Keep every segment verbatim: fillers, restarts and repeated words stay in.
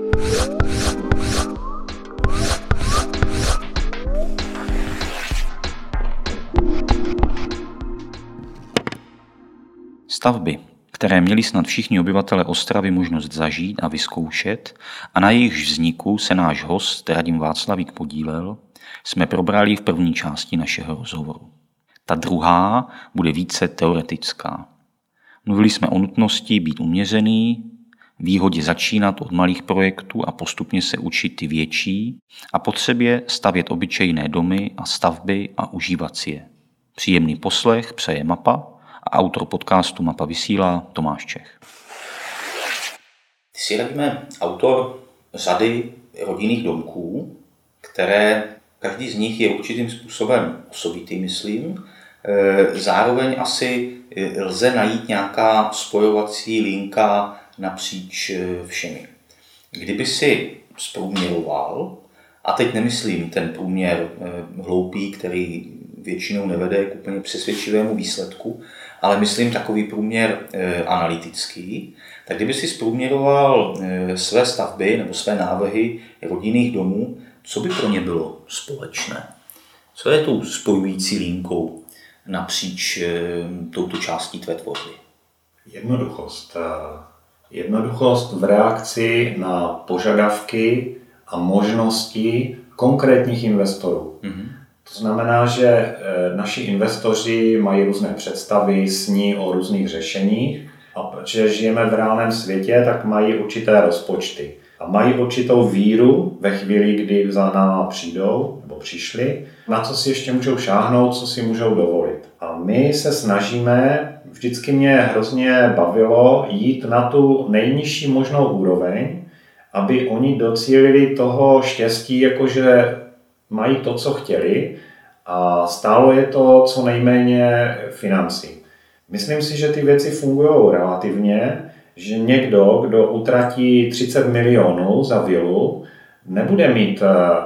Stavby, které měli snad všichni obyvatele Ostravy možnost zažít a vyzkoušet a na jejich vzniku se náš host Radim Václavík podílel, jsme probrali v první části našeho rozhovoru. Ta druhá bude více teoretická. Mluvili jsme o nutnosti být uměřený, výhodě začínat od malých projektů a postupně se učit ty větší a potřebě stavět obyčejné domy a stavby a užívat si je. Příjemný poslech přeje Mapa a autor podcastu Mapa vysílá Tomáš Čech. Ty jsi, Radime, autor řady rodinných domků, které každý z nich je určitým způsobem osobitý, myslím. Zároveň asi lze najít nějaká spojovací linka napříč všemi. Kdyby si zprůměroval, a teď nemyslím ten průměr hloupý, který většinou nevede k úplně přesvědčivému výsledku, ale myslím takový průměr analytický, tak kdyby si zprůměroval své stavby nebo své návrhy rodinných domů, co by pro ně bylo společné? Co je tou spojující linkou napříč touto částí tvé tvorby? Jednoduchost. Jednoduchost v reakci na požadavky a možnosti konkrétních investorů. Mm-hmm. To znamená, že naši investoři mají různé představy, sní o různých řešeních a protože žijeme v reálném světě, tak mají určité rozpočty. A mají určitou víru ve chvíli, kdy za náma přijdou nebo přišli, na co si ještě můžou šáhnout, co si můžou dovolit. A my se snažíme, vždycky mě hrozně bavilo jít na tu nejnižší možnou úroveň, aby oni docílili toho štěstí, jakože mají to, co chtěli a stálo je to co nejméně financí. Myslím si, že ty věci fungují relativně, že někdo, kdo utratí třicet milionů za vilu, nebude mít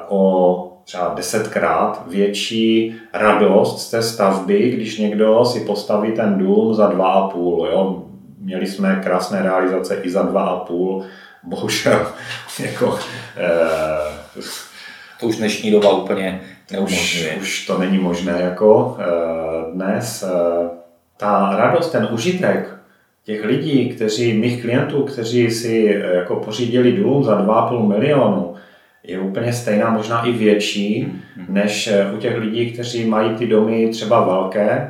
o třeba desetkrát větší radost z té stavby, když někdo si postaví ten dům za dva a půl. Jo? Měli jsme krásné realizace i za dva a půl, bohužel jako... Eh, to už dnešní doba úplně neumožňuje. Už, už to není možné jako eh, dnes. Eh, ta radost, ten užitek těch lidí, kteří, mých klientů, kteří si jako pořídili dům za dva a půl milionu, je úplně stejná, možná i větší, než u těch lidí, kteří mají ty domy třeba velké.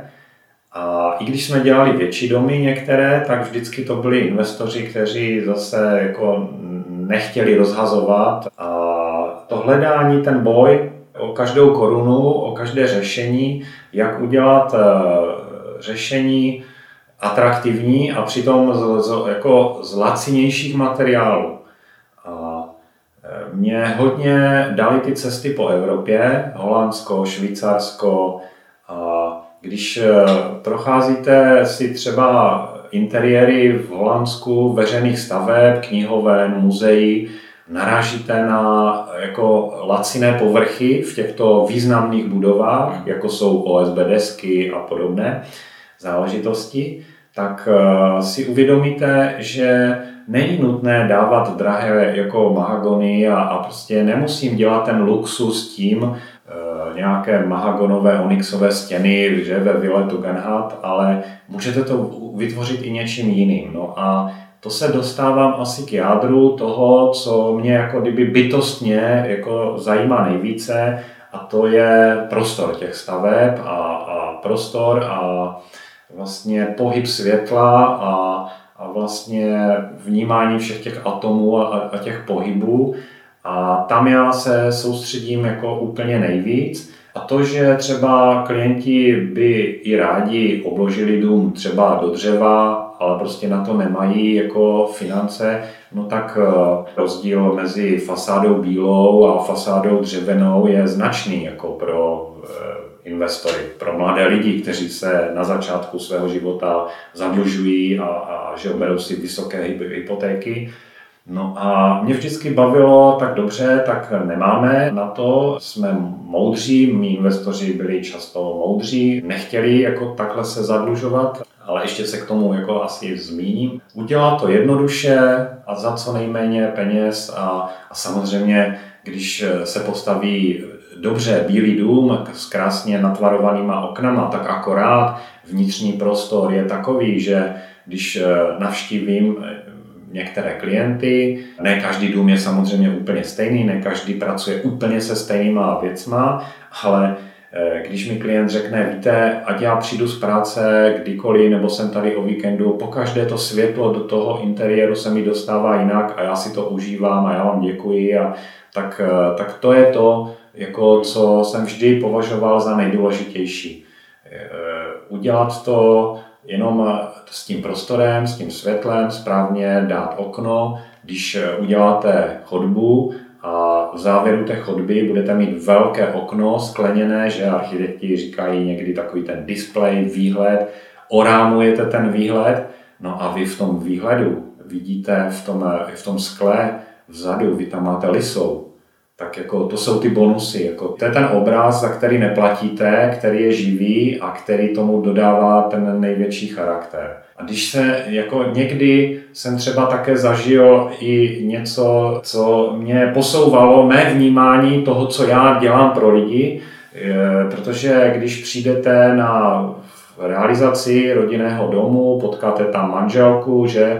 A i když jsme dělali větší domy některé, tak vždycky to byli investoři, kteří zase jako nechtěli rozhazovat. A to hledání, ten boj o každou korunu, o každé řešení, jak udělat řešení atraktivní a přitom z, z, jako z lacinějších materiálů. A mě hodně dali ty cesty po Evropě, Holandsko, Švýcarsko. A když procházíte si třeba interiéry v Holandsku, veřejných staveb, knihoven, muzeí, narážíte na jako laciné povrchy v těchto významných budovách, jako jsou O S B desky a podobné záležitosti, tak si uvědomíte, že není nutné dávat drahé jako mahagony a, a prostě nemusím dělat ten luxus tím e, nějaké mahagonové onyxové stěny, že ve vile Tugendhat, ale můžete to vytvořit i něčím jiným. No a to se dostávám asi k jádru toho, co mě jako kdyby bytostně jako zajímá nejvíce, a to je prostor těch staveb a, a prostor a vlastně pohyb světla a, a vlastně vnímání všech těch atomů a, a těch pohybů. A tam já se soustředím jako úplně nejvíc. A to, že třeba klienti by i rádi obložili dům třeba do dřeva, ale prostě na to nemají jako finance, no tak rozdíl mezi fasádou bílou a fasádou dřevěnou je značný jako pro investory, pro mladé lidi, kteří se na začátku svého života zadlužují a, a že berou si vysoké hypotéky. No a mě vždycky bavilo, tak dobře, tak nemáme na to, jsme moudří, mí investoři byli často moudří, nechtěli jako takhle se zadlužovat ale ještě se k tomu jako asi zmíním. Udělat to jednoduše a za co nejméně peněz a, a samozřejmě, když se postaví dobře bílý dům s krásně natvarovanýma oknama, tak akorát vnitřní prostor je takový, že když navštívím některé klienty, ne každý dům je samozřejmě úplně stejný, ne každý pracuje úplně se stejnýma věcma, ale když mi klient řekne, víte, ať já přijdu z práce kdykoliv, nebo jsem tady o víkendu, pokaždé to světlo do toho interiéru se mi dostává jinak a já si to užívám a já vám děkuji, a tak, tak to je to, jako, co jsem vždy považoval za nejdůležitější. Udělat to jenom s tím prostorem, s tím světlem, správně dát okno. Když uděláte chodbu a v závěru té chodby budete mít velké okno skleněné, že architekti říkají někdy takový ten displej, výhled, orámujete ten výhled, no a vy v tom výhledu vidíte v tom, v tom skle vzadu, vy tam máte lisou. Tak jako to jsou ty bonusy. Jako, to je ten obraz, za který neplatíte, který je živý a který tomu dodává ten největší charakter. A když se jako někdy jsem třeba také zažil i něco, co mě posouvalo mé vnímání toho, co já dělám pro lidi, protože když přijdete na realizaci rodinného domu, potkáte tam manželku, že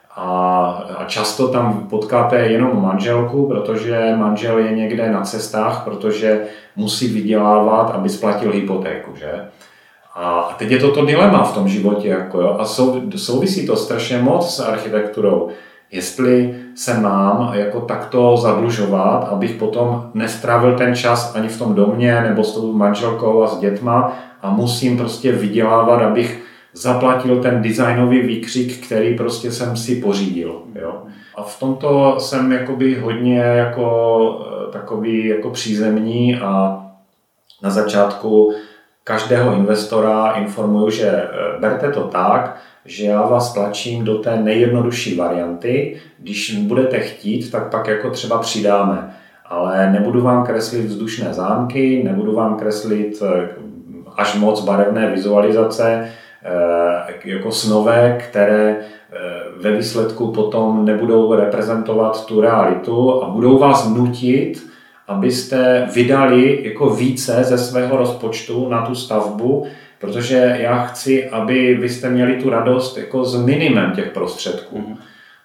a často tam potkáte jenom manželku, protože manžel je někde na cestách, protože musí vydělávat, aby splatil hypotéku, že? A teď je toto dilema v tom životě, jako jo, a sou, souvisí to strašně moc s architekturou. Jestli se mám jako takto zadlužovat, abych potom nestrávil ten čas ani v tom domě, nebo s tou manželkou a s dětma a musím prostě vydělávat, abych zaplatil ten designový výkřik, který prostě jsem si pořídil. Jo. A v tomto jsem jakoby hodně jako takový jako přízemní a na začátku každého investora informuju, že berte to tak, že já vás tlačím do té nejjednodušší varianty. Když budete chtít, tak pak jako třeba přidáme. Ale nebudu vám kreslit vzdušné zámky, nebudu vám kreslit až moc barevné vizualizace, jako snové, které ve výsledku potom nebudou reprezentovat tu realitu a budou vás nutit, abyste vydali jako více ze svého rozpočtu na tu stavbu, protože já chci, aby vy jste měli tu radost jako s minimem těch prostředků. Mm.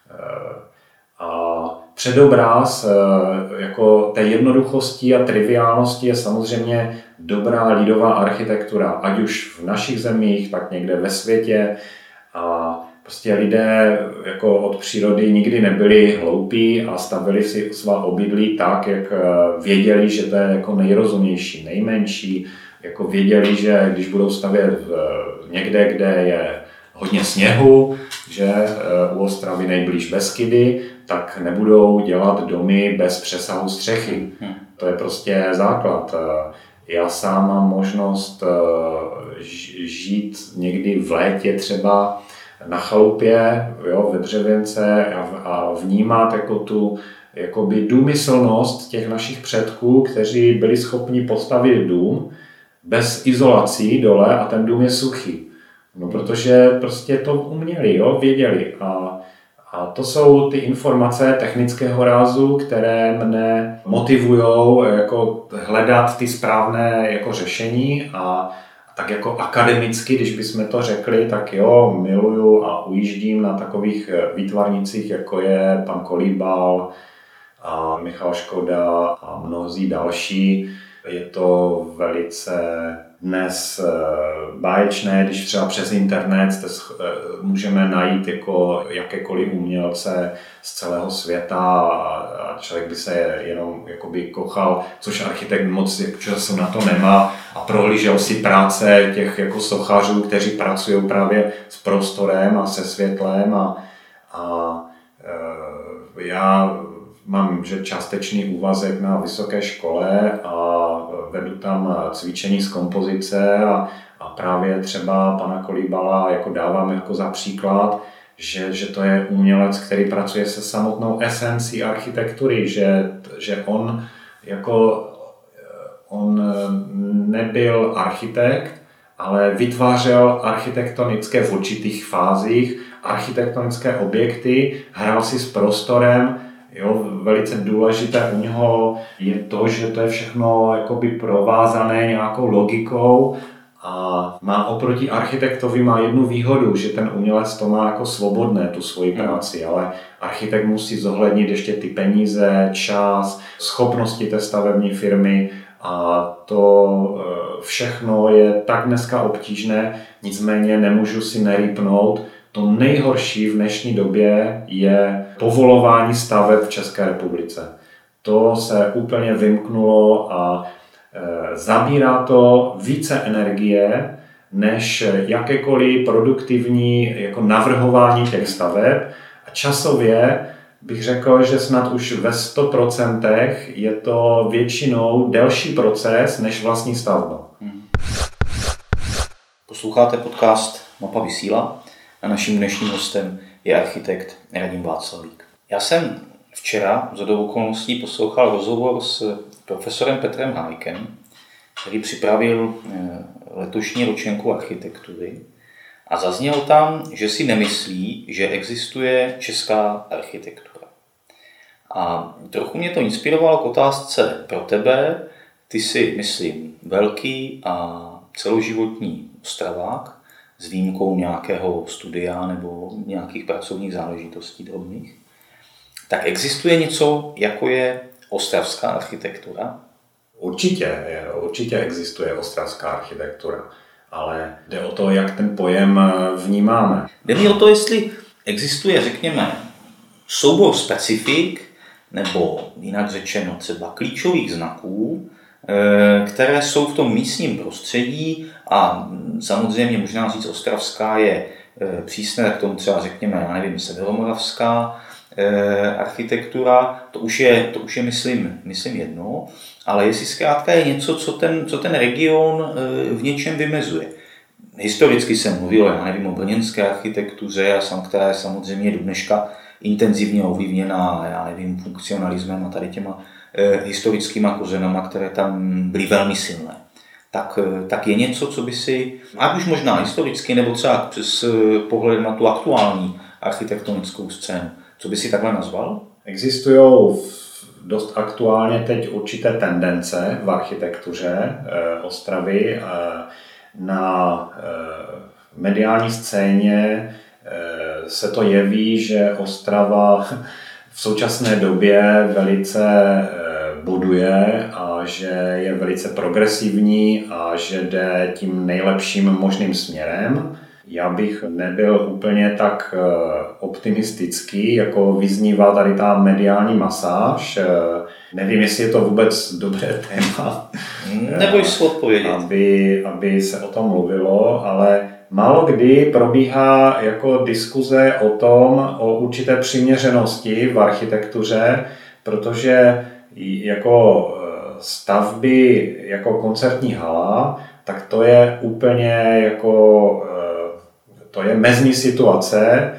A předobraz jako té jednoduchosti a triviálnosti je samozřejmě dobrá lidová architektura, ať už v našich zemích, tak někde ve světě. A prostě lidé jako od přírody nikdy nebyli hloupí a stavili si svá obydlí tak, jak věděli, že to je jako nejrozumnější, nejmenší. Jako věděli, že když budou stavět někde, kde je hodně sněhu, že u Ostravy nejblíž Beskydy, tak nebudou dělat domy bez přesahu střechy. To je prostě základ. Já sám mám možnost žít někdy v létě třeba na chalupě, jo, ve Dřevěnce a vnímat jako tu jakoby důmyslnost těch našich předků, kteří byli schopni postavit dům bez izolací dole a ten dům je suchý. No, protože prostě to uměli, jo, věděli. A, a to jsou ty informace technického rázu, které mne motivujou jako hledat ty správné jako řešení a tak jako akademicky, když bychom to řekli, tak jo, miluju a ujíždím na takových výtvarnicích, jako je pan Kolíbal a Michal Škoda a mnozí další. Je to velice dnes báječné, když třeba přes internet můžeme najít jako jakékoliv umělce z celého světa a člověk by se jenom jakoby kochal, což architekt moc času na to nemá a prohlížel si práce těch jako sochařů, kteří pracují právě s prostorem a se světlem a, a e, já mám že částečný úvazek na vysoké škole a vedu tam cvičení z kompozice a, a právě třeba pana Kolíbala jako dávám jako za příklad, že, že to je umělec, který pracuje se samotnou esencí architektury, že, že on jako on nebyl architekt, ale vytvářel architektonické v určitých fázích, architektonické objekty, hrál si s prostorem. Jo, velice důležité u něho je to, že to je všechno jakoby provázané nějakou logikou a má oproti architektovi má jednu výhodu, že ten umělec to má jako svobodné, tu svoji práci, ale architekt musí zohlednit ještě ty peníze, čas, schopnosti té stavební firmy a to všechno je tak dneska obtížné, nicméně nemůžu si nerýpnout. To nejhorší v dnešní době je povolování staveb v České republice. To se úplně vymknulo a e, zabírá to více energie než jakékoliv produktivní jako navrhování těch staveb. A časově bych řekl, že snad už ve sto procent je to většinou delší proces než vlastní stavba. Hmm. Posloucháte podcast Mapa vysílá a naším dnešním hostem je architekt Radim Václavík. Já jsem včera shodou okolností poslouchal rozhovor s profesorem Petrem Hájkem, který připravil letošní ročenku architektury a zaznělo tam, že si nemyslí, že existuje česká architektura. A trochu mě to inspirovalo k otázce pro tebe. Ty jsi, myslím, velký a celoživotní Ostravák s výjimkou nějakého studia nebo nějakých pracovních záležitostí drobných. Tak existuje něco, jako je ostravská architektura? Určitě, určitě existuje ostravská architektura, ale jde o to, jak ten pojem vnímáme. Jde mi o to, jestli existuje, řekněme, soubor specifik, nebo jinak řečeno třeba klíčových znaků, které jsou v tom místním prostředí a samozřejmě možná říct ostravská je přísné, tak tomu třeba řekněme, já nevím, severomoravská architektura, to už je, to už je myslím, myslím jedno, ale jestli zkrátka je něco, co ten, co ten region v něčem vymezuje. Historicky jsem mluvil, já nevím, o brněnské architektuře, která je samozřejmě do dneška intenzivně ovlivněná, já nevím, funkcionalismem a tady těma eh, historickýma kořenama, které tam byly velmi silné. Tak, tak je něco, co by si, ať už možná historicky, nebo třeba přes pohled na tu aktuální architektonickou scénu, co by si takhle nazval? Existují dost aktuálně teď určité tendence v architektuře eh, Ostravy eh, na eh, mediální scéně se to jeví, že Ostrava v současné době velice buduje a že je velice progresivní a že jde tím nejlepším možným směrem. Já bych nebyl úplně tak optimistický, jako vyznívá tady ta mediální masáž. Nevím, jestli je to vůbec dobré téma, neboj se odpovědět, aby, aby se o tom mluvilo, ale málo kdy probíhá jako diskuze o tom, o určité přiměřenosti v architektuře, protože jako stavby jako koncertní hala, tak to je úplně jako, to je mezní situace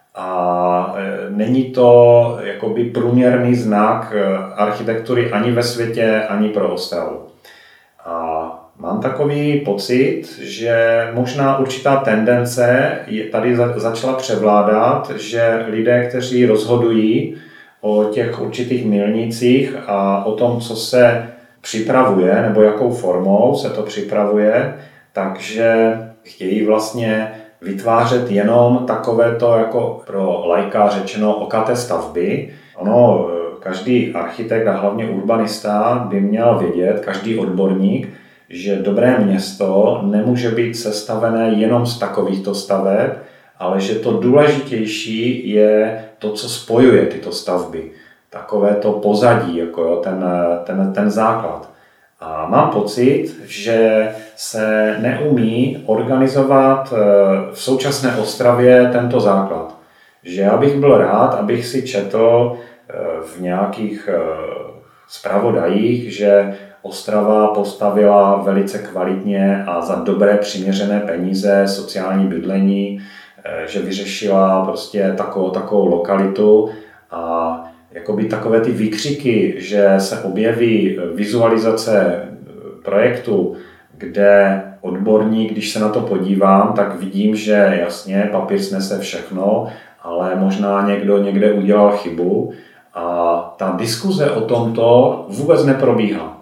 a není to jakoby průměrný znak architektury ani ve světě, ani pro Ostravu. A mám takový pocit, že možná určitá tendence tady začala převládat, že lidé, kteří rozhodují o těch určitých milnících a o tom, co se připravuje, nebo jakou formou se to připravuje, takže chtějí vlastně vytvářet jenom takovéto, jako pro laika řečeno, okaté stavby. Ono, každý architekt a hlavně urbanista by měl vědět, každý odborník, že dobré město nemůže být sestavené jenom z takovýchto staveb, ale že to důležitější je to, co spojuje tyto stavby. Takové to pozadí, jako jo, ten, ten, ten základ. A mám pocit, že se neumí organizovat v současné Ostravě tento základ. Že já bych byl rád, abych si četl v nějakých zpravodajích, že Ostrava postavila velice kvalitně a za dobré přiměřené peníze sociální bydlení, že vyřešila prostě takovou, takovou lokalitu a jakoby takové ty výkřiky, že se objeví vizualizace projektu, kde odborník, když se na to podívám, tak vidím, že jasně, papír snese všechno, ale možná někdo někde udělal chybu a ta diskuze o tomto vůbec neprobíhá.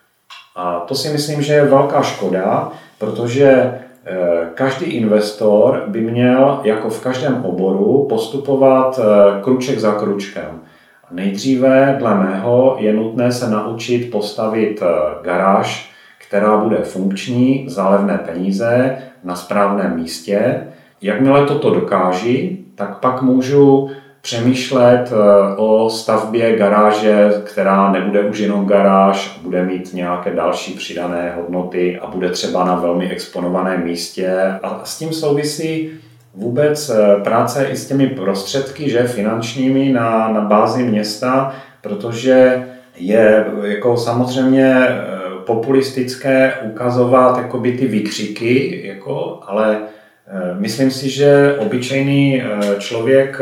A to si myslím, že je velká škoda, protože každý investor by měl, jako v každém oboru, postupovat kruček za kručkem. Nejdříve, dle mého, je nutné se naučit postavit garáž, která bude funkční za levné peníze na správném místě. Jakmile toto dokáží, tak pak můžu přemýšlet o stavbě garáže, která nebude už jenom garáž, bude mít nějaké další přidané hodnoty a bude třeba na velmi exponovaném místě. A s tím souvisí vůbec práce i s těmi prostředky, že finančními na, na bázi města, protože je jako samozřejmě populistické ukazovat jakoby ty výkřiky, jako, ale myslím si, že obyčejný člověk,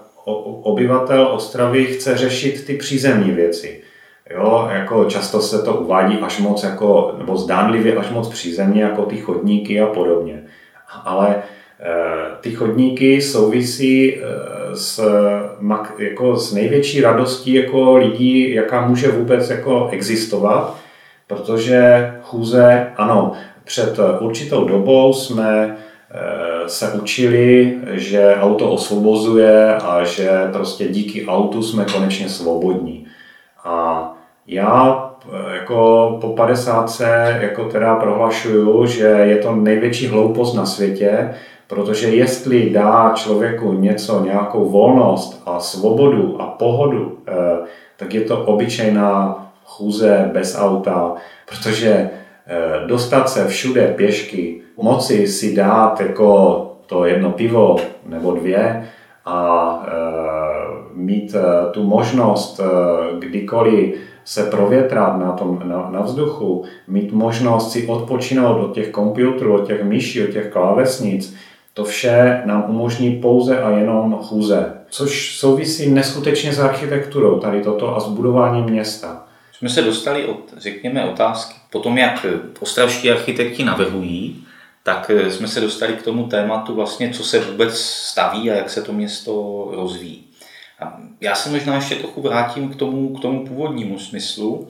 obyvatel Ostravy chce řešit ty přízemní věci. Jo, jako často se to uvádí až moc, jako, nebo zdánlivě až moc přízemně, jako ty chodníky a podobně. Ale ty chodníky souvisí s, jako, s největší radostí jako lidí, jaká může vůbec jako existovat, protože chůze, ano, před určitou dobou jsme se učili, že auto osvobozuje a že prostě díky autu jsme konečně svobodní. A já jako po padesátce jako teda prohlašuju, že je to největší hloupost na světě, protože jestli dá člověku něco, nějakou volnost a svobodu a pohodu, tak je to obyčejná chůze bez auta, protože dostat se všude pěšky, moci si dát jako to jedno pivo nebo dvě a e, mít tu možnost e, kdykoliv se provětrat na, tom, na, na vzduchu, mít možnost si odpočinout od těch počítačů, od těch myší, od těch klávesnic, to vše nám umožní pouze a jenom chůze. Což souvisí neskutečně s architekturou, tady toto, a s budováním města. Jsme se dostali od, řekněme, otázky po tom, jak ostravští architekti navrhují, tak jsme se dostali k tomu tématu vlastně, co se vůbec staví a jak se to město rozvíjí. A já se možná ještě trochu vrátím k tomu, k tomu původnímu smyslu.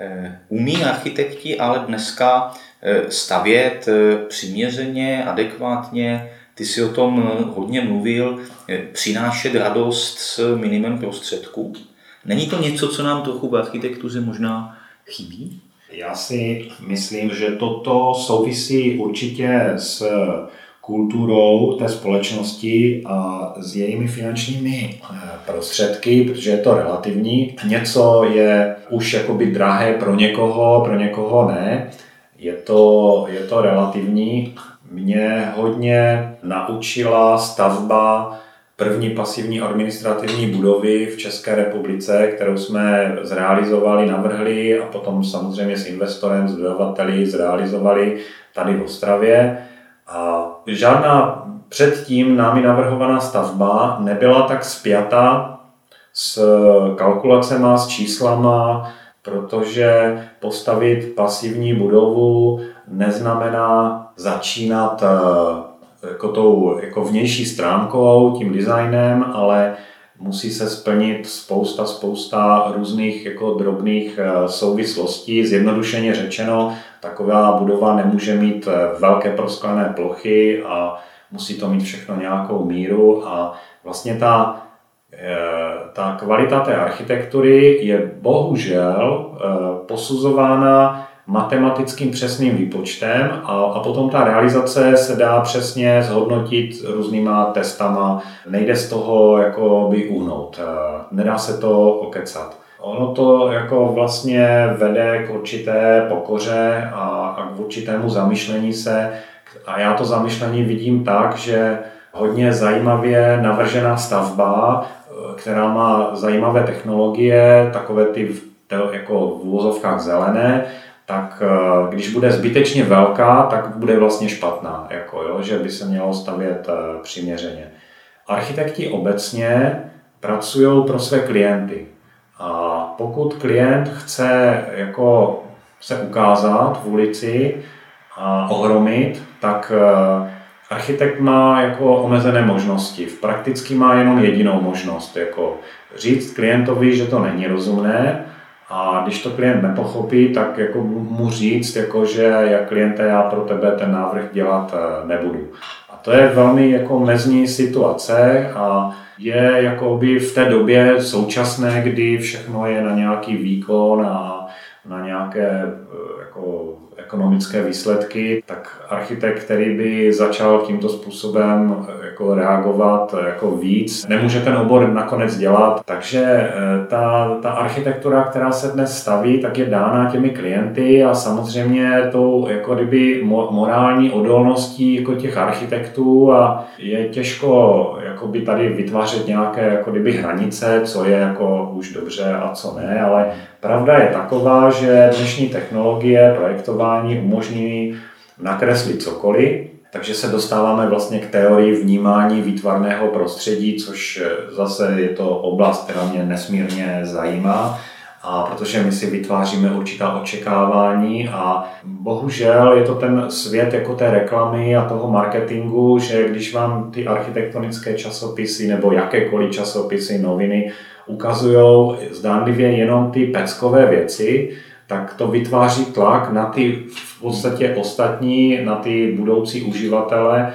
Umí architekti ale dneska stavět přiměřeně, adekvátně, ty si o tom hodně mluvil, přinášet radost s minimem prostředků. Není to něco, co nám trochu v architektuře možná chybí? Já si myslím, že toto souvisí určitě s kulturou té společnosti a s jejími finančními prostředky, protože je to relativní. Něco je už jakoby drahé pro někoho, pro někoho ne. Je to, je to relativní. Mě hodně naučila stavba první pasivní administrativní budovy v České republice, kterou jsme zrealizovali, navrhli a potom samozřejmě s investorem, s dodavateli zrealizovali tady v Ostravě. A žádná předtím námi navrhovaná stavba nebyla tak spjata s kalkulacema, s číslama, protože postavit pasivní budovu neznamená začínat jako tou jako vnější stránkou, tím designem, ale musí se splnit spousta, spousta různých jako drobných souvislostí. Zjednodušeně řečeno, taková budova nemůže mít velké prosklené plochy a musí to mít všechno nějakou míru a vlastně ta, ta kvalita té architektury je bohužel posuzována matematickým přesným výpočtem a, a potom ta realizace se dá přesně zhodnotit různýma testama. Nejde z toho jako by uhnout, nedá se to okecat. Ono to jako vlastně vede k určité pokoře a, a k určitému zamyšlení se. A já to zamyšlení vidím tak, že hodně zajímavě navržená stavba, která má zajímavé technologie, takové ty jako v uvozovkách zelené, tak když bude zbytečně velká, tak bude vlastně špatná, jako, jo, že by se mělo stavět přiměřeně. Architekti obecně pracují pro své klienty. A pokud klient chce jako se ukázat v ulici a ohromit, tak architekt má jako omezené možnosti. V prakticky má jenom jedinou možnost, jako říct klientovi, že to není rozumné, a když to klient nepochopí, tak jako mu říct, jako, že jak kliente, já pro tebe ten návrh dělat nebudu. A to je velmi jako mezní situace a je jakoby v té době současné, kdy všechno je na nějaký výkon a na nějaké jako ekonomické výsledky, tak architekt, který by začal tímto způsobem jako reagovat jako víc, nemůže ten obor nakonec dělat. Takže ta, ta architektura, která se dnes staví, tak je dána těmi klienty a samozřejmě tou jako kdyby morální odolností jako těch architektů a je těžko jakoby tady vytvářet nějaké jako kdyby hranice, co je jako už dobře a co ne, ale pravda je taková, že dnešní technologie projektování umožní nakreslit cokoliv, takže se dostáváme vlastně k teorii vnímání výtvarného prostředí, což zase je to oblast, která mě nesmírně zajímá. A protože my si vytváříme určitá očekávání a bohužel je to ten svět jako té reklamy a toho marketingu, že když vám ty architektonické časopisy nebo jakékoliv časopisy, noviny ukazují zdánlivě jenom ty peckové věci, tak to vytváří tlak na ty v podstatě ostatní, na ty budoucí uživatele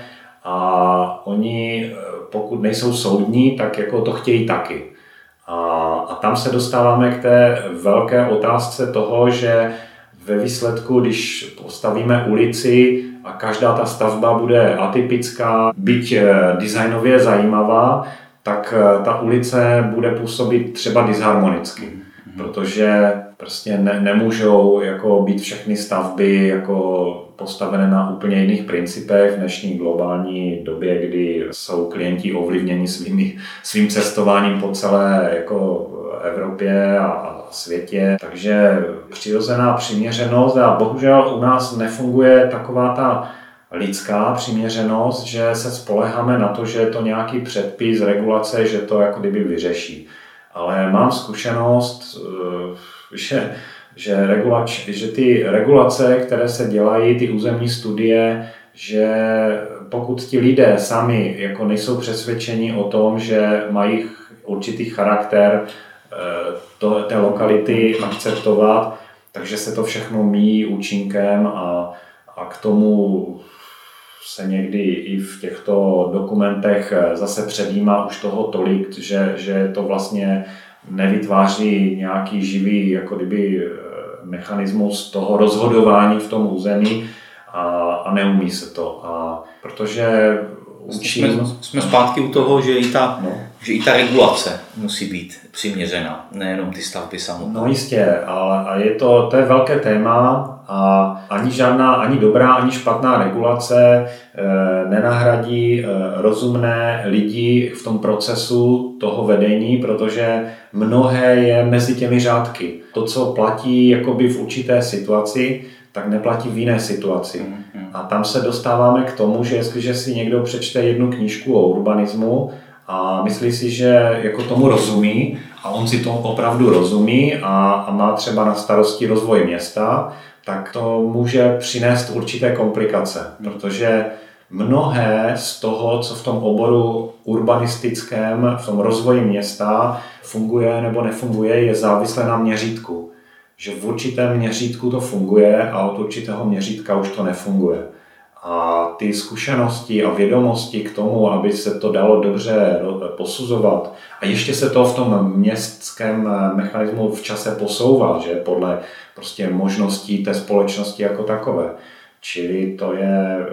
a oni, pokud nejsou soudní, tak jako to chtějí taky. A, a tam se dostáváme k té velké otázce toho, že ve výsledku, když postavíme ulici a každá ta stavba bude atypická, byť designově zajímavá, tak ta ulice bude působit třeba disharmonicky, protože prostě ne, nemůžou jako být všechny stavby jako postavené na úplně jiných principech v dnešní globální době, kdy jsou klienti ovlivněni svými, svým cestováním po celé jako Evropě a, a světě. Takže přirozená přiměřenost a bohužel u nás nefunguje taková ta lidská přiměřenost, že se spoléháme na to, že je to nějaký předpis, regulace, že to jako kdyby vyřeší. Ale mám zkušenost, že, že, regulač, že ty regulace, které se dělají, ty územní studie, že pokud ti lidé sami jako nejsou přesvědčeni o tom, že mají určitý charakter to, té lokality akceptovat, takže se to všechno míjí účinkem a, a k tomu se někdy i v těchto dokumentech zase předjímá už toho tolik, že, že to vlastně nevytváří nějaký živý jako kdyby mechanismus toho rozhodování v tom území a, a neumí se to. A protože učím... Jsme, jsme zpátky u toho, že i, ta, no. že i ta regulace musí být přiměřená, nejenom ty stavby samotné. No jistě, ale a je to, to je velké téma a ani žádná, ani dobrá, ani špatná regulace e, nenahradí e, rozumné lidi v tom procesu toho vedení, protože mnohé je mezi těmi řádky. To, co platí jakoby v určité situaci, tak neplatí v jiné situaci. A tam se dostáváme k tomu, že jestliže si někdo přečte jednu knížku o urbanismu a myslí si, že jako tomu rozumí a on si to opravdu rozumí a, a má třeba na starosti rozvoj města, tak to může přinést určité komplikace, protože mnohé z toho, co v tom oboru urbanistickém, v tom rozvoji města funguje nebo nefunguje, je závislé na měřítku. Že v určitém měřítku to funguje a od určitého měřítka už to nefunguje. A ty zkušenosti a vědomosti k tomu, aby se to dalo dobře posuzovat a ještě se to v tom městském mechanismu v čase posouvá, že podle prostě možností té společnosti jako takové. Čili to je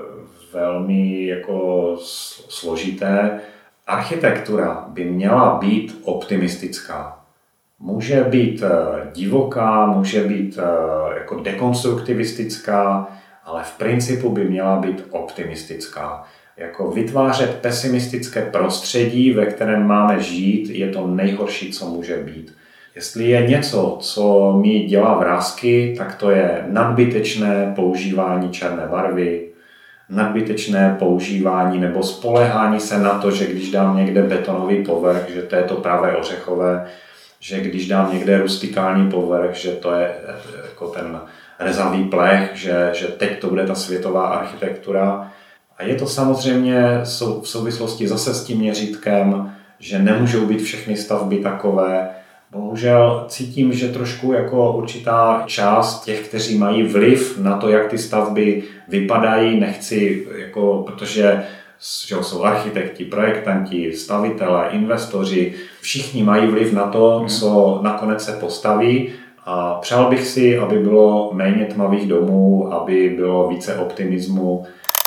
velmi jako složité. Architektura by měla být optimistická. Může být divoká, může být jako dekonstruktivistická, ale v principu by měla být optimistická. Jako vytvářet pesimistické prostředí, ve kterém máme žít, je to nejhorší, co může být. Jestli je něco, co mi dělá vrásky, tak to je nadbytečné používání černé barvy, nadbytečné používání nebo spoléhání se na to, že když dám někde betonový povrch, že to je to pravé ořechové. že když dám někde rustikální povrch, že to je jako ten rezavý plech, že, že teď to bude ta světová architektura. A je to samozřejmě v souvislosti zase s tím měřítkem, že nemůžou být všechny stavby takové. Bohužel cítím, že trošku jako určitá část těch, kteří mají vliv na to, jak ty stavby vypadají, nechci, jako, protože že jsou architekti, projektanti, stavitelé, investoři, všichni mají vliv na to, co nakonec se postaví. A přál bych si, aby bylo méně tmavých domů, aby bylo více optimismu.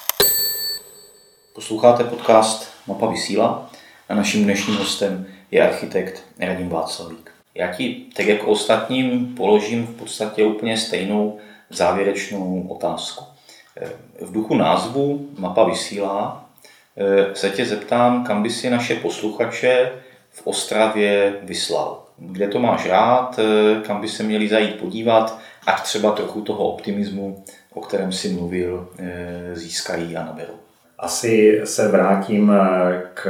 Posloucháte podcast Mapa vysílá a naším dnešním hostem je architekt Radim Václavík. Já ti, tak jako ostatním, položím v podstatě úplně stejnou závěrečnou otázku. V duchu názvu Mapa vysílá se tě zeptám, kam by si naše posluchače v Ostravě vyslal. Kde to máš rád, kam by se měli zajít podívat, ať třeba trochu toho optimismu, o kterém si mluvil, získají a naberou. Asi se vrátím k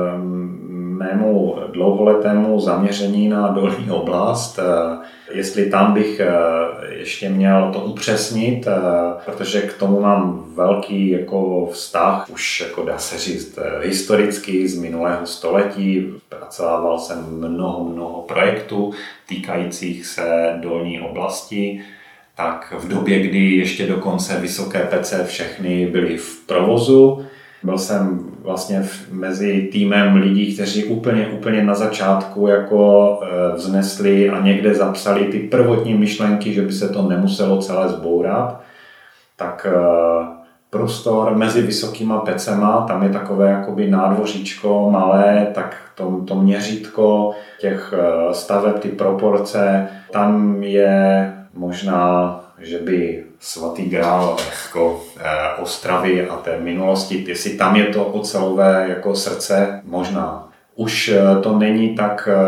mému dlouholetému zaměření na dolní oblast. Jestli tam bych ještě měl to upřesnit, protože k tomu mám velký jako vztah, už jako dá se říct historicky z minulého století. Pracoval jsem mnoho, mnoho projektů týkajících se dolní oblasti. Tak v době, kdy ještě dokonce vysoké pece všechny byly v provozu, byl jsem vlastně mezi týmem lidí, kteří úplně, úplně na začátku jako vznesli a někde zapsali ty prvotní myšlenky, že by se to nemuselo celé zbourat. Tak prostor mezi vysokýma pecema, tam je takové jakoby nádvoříčko malé, tak to, to měřítko těch staveb, ty proporce, tam je možná, že by svatý grál jako e, Ostravy a té minulosti, jestli tam je to ocelové jako srdce, možná. Už e, to není tak e,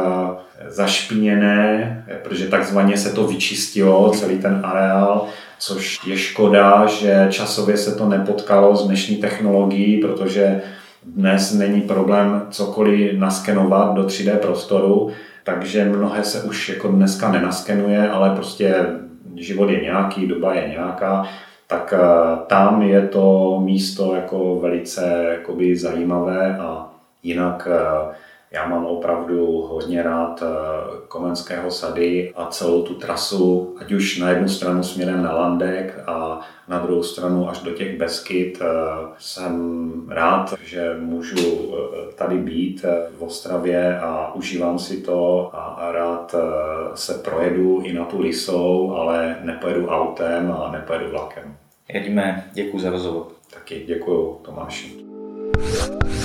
zašpiněné, protože takzvaně se to vyčistilo, celý ten areál, což je škoda, že časově se to nepotkalo s dnešní technologií, protože dnes není problém cokoliv naskenovat do tři dé prostoru, takže mnohé se už jako dneska nenaskenuje, ale prostě život je nějaký, doba je nějaká, tak tam je to místo jako velice jakoby zajímavé a jinak já mám opravdu hodně rád Komenského sady a celou tu trasu, ať už na jednu stranu směrem na Landek a na druhou stranu až do těch Beskyd. Jsem rád, že můžu tady být v Ostravě a užívám si to a rád se projedu i na tu Lisou, ale nepojedu autem a nepojedu vlakem. Radime, děkuji za rozhovor. Taky děkuji, Tomáši.